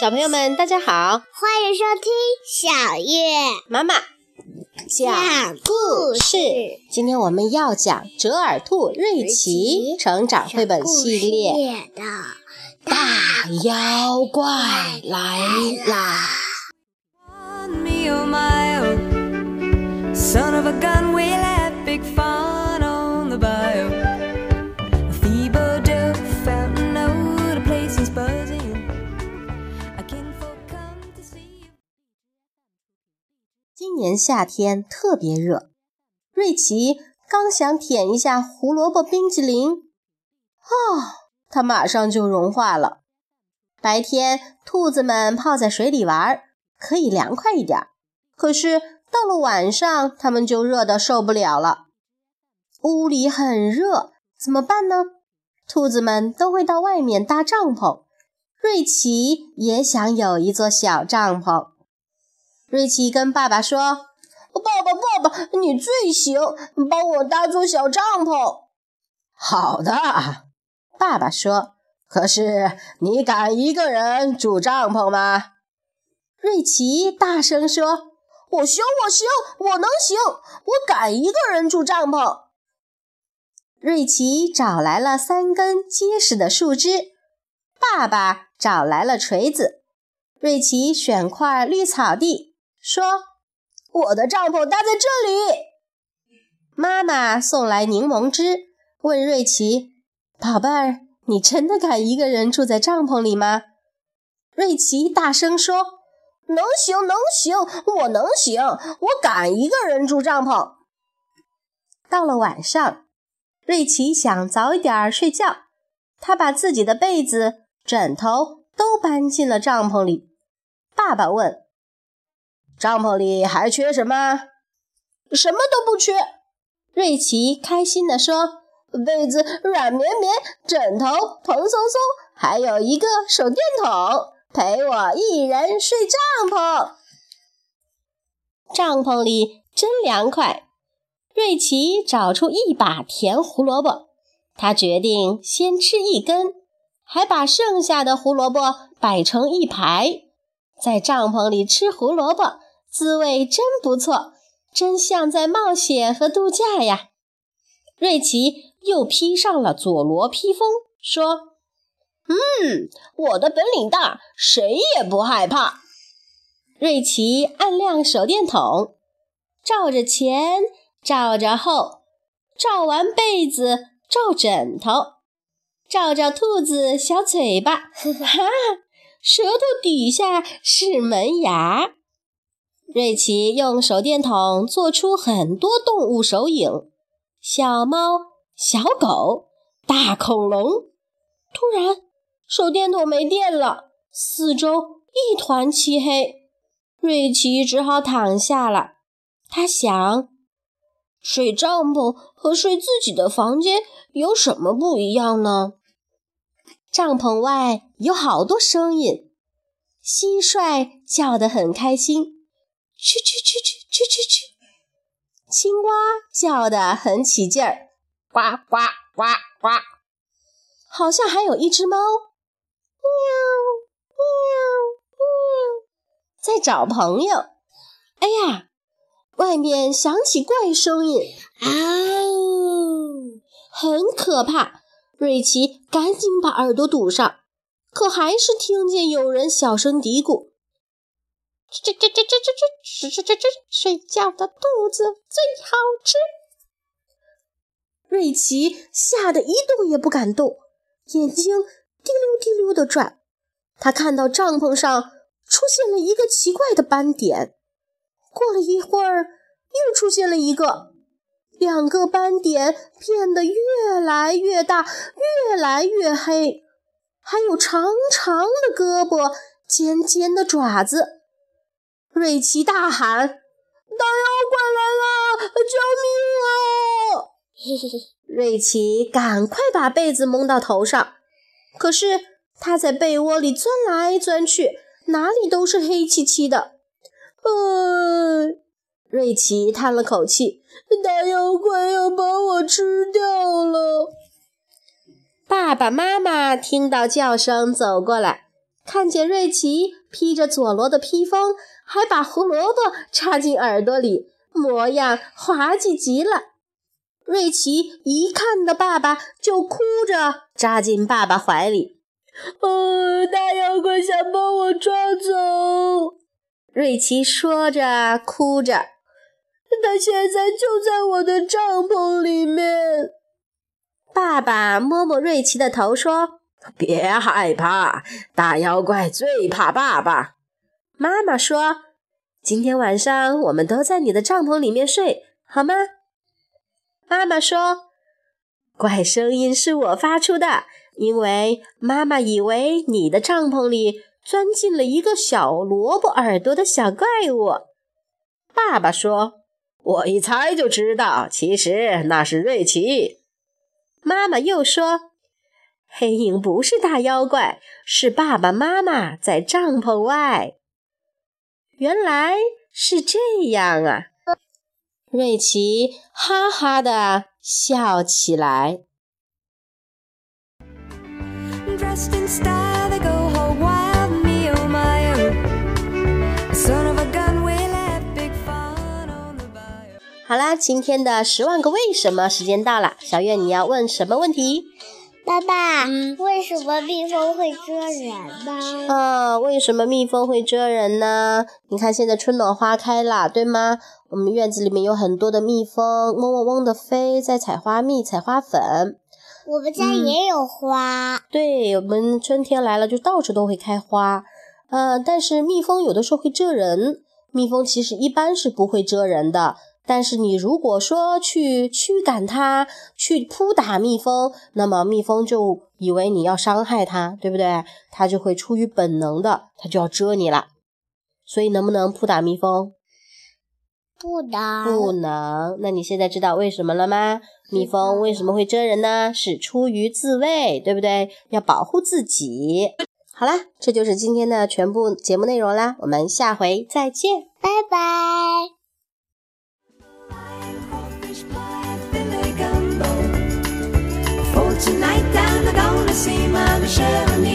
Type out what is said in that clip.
小朋友们大家好， 欢迎收听小月妈妈讲故事。今天我们要讲折耳兔瑞奇成长绘本系列的大妖怪来啦。 Son of a gun, we'll have big fun on the bayou. A feeble dove, fountain note, a place is buzzing. A kinfolk come to see you. 今年夏天特别热，瑞奇刚想舔一下胡萝卜冰淇淋，它马上就融化了。白天兔子们泡在水里玩，可以凉快一点，可是到了晚上，它们就热得受不了了。屋里很热，怎么办呢？兔子们都会到外面搭帐篷，瑞奇也想有一座小帐篷。瑞奇跟爸爸说：“爸爸，你最行，帮我搭座小帐篷。”好的，爸爸说，可是你敢一个人住帐篷吗？瑞奇大声说：“我行，我能行，我敢一个人住帐篷。”瑞奇找来了3根结实的树枝，爸爸找来了锤子，瑞奇选块绿草地，说：“我的帐篷搭在这里。”妈妈送来柠檬汁，问瑞奇：“宝贝儿，你真的敢一个人住在帐篷里吗？”瑞奇大声说：“能行，我能行，我敢一个人住帐篷。”到了晚上，瑞奇想早一点睡觉，他把自己的被子、枕头都搬进了帐篷里。爸爸问：“帐篷里还缺什么？”“什么都不缺。”瑞奇开心地说，“被子软绵绵，枕头蓬松松，还有一个手电筒。陪我一人睡帐篷。”帐篷里真凉快。瑞奇找出一把甜胡萝卜，他决定先吃一根，还把剩下的胡萝卜摆成一排。在帐篷里吃胡萝卜，滋味真不错，真像在冒险和度假呀。瑞奇又披上了佐罗披风，说：“我的本领大，谁也不害怕。”瑞奇按亮手电筒，照着前，照着后，照完被子，照枕头，照兔子小嘴巴，舌头底下是门牙。瑞奇用手电筒做出很多动物手影，小猫、小狗、大恐龙。突然手电筒没电了，四周一团漆黑，瑞奇只好躺下了。他想，睡帐篷和睡自己的房间有什么不一样呢？帐篷外有好多声音，蟋蟀叫得很开心，蛐蛐蛐蛐蛐啾啾；青蛙叫得很起劲儿，呱呱呱呱。好像还有一只猫，喵喵喵，在找朋友。哎呀，外面响起怪声音，很可怕。瑞奇赶紧把耳朵堵上，可还是听见有人小声嘀咕：“睡觉的兔子最好吃。”瑞奇吓得一动也不敢动，眼睛滴溜滴溜地转。他看到帐篷上出现了一个奇怪的斑点，过了一会儿又出现了一个，2个斑点变得越来越大，越来越黑，还有长长的胳膊，尖尖的爪子。瑞奇大喊：“大妖怪来了，救命啊！”瑞奇赶快把被子蒙到头上，可是他在被窝里钻来钻去，哪里都是黑漆漆的。瑞奇叹了口气，大妖怪要把我吃掉了。爸爸妈妈听到叫声走过来， 看见瑞奇披着佐罗的披风，还把胡萝卜插进耳朵里，模样滑稽极了。瑞奇一看到爸爸就哭着扎进爸爸怀里。大妖怪想把我抓走，瑞奇说着哭着，他现在就在我的帐篷里面。爸爸摸摸瑞奇的头说，别害怕，大妖怪最怕爸爸。妈妈说，今天晚上我们都在你的帐篷里面睡，好吗？妈妈说，怪声音是我发出的，因为妈妈以为你的帐篷里钻进了一个小萝卜耳朵的小怪物。爸爸说，我一猜就知道，其实那是瑞奇。妈妈又说，黑影不是大妖怪，是爸爸妈妈在帐篷外。原来是这样啊！瑞奇哈哈地笑起来。 Dressed in style, they go hog wild, me oh my oh. Son of a gun, we'll have big fun on the bayou. 好啦，今天的10万个为什么时间到了，小月你要问什么问题？ 爸爸，为什么蜜蜂会蛰人呢？ 为什么蜜蜂会蛰人呢？你看现在春暖花开了，对吗？我们院子里面有很多的蜜蜂，嗡嗡嗡的飞，在采花蜜、采花粉。 我们家也有花。 对，我们春天来了就到处都会开花。但是蜜蜂有的时候会蛰人，蜜蜂其实一般是不会蛰人的。但是你如果说去驱赶它，去扑打蜜蜂，那么蜜蜂就以为你要伤害它，对不对？它就会出于本能的，它就要蛰你了。所以能不能扑打蜜蜂？ 不能。 不能。那你现在知道为什么了吗？蜜蜂为什么会蛰人呢？是出于自卫，对不对？要保护自己。好啦，这就是今天的全部节目内容啦，我们下回再见， 拜拜。 For tonight I'm gonna see my Michelle.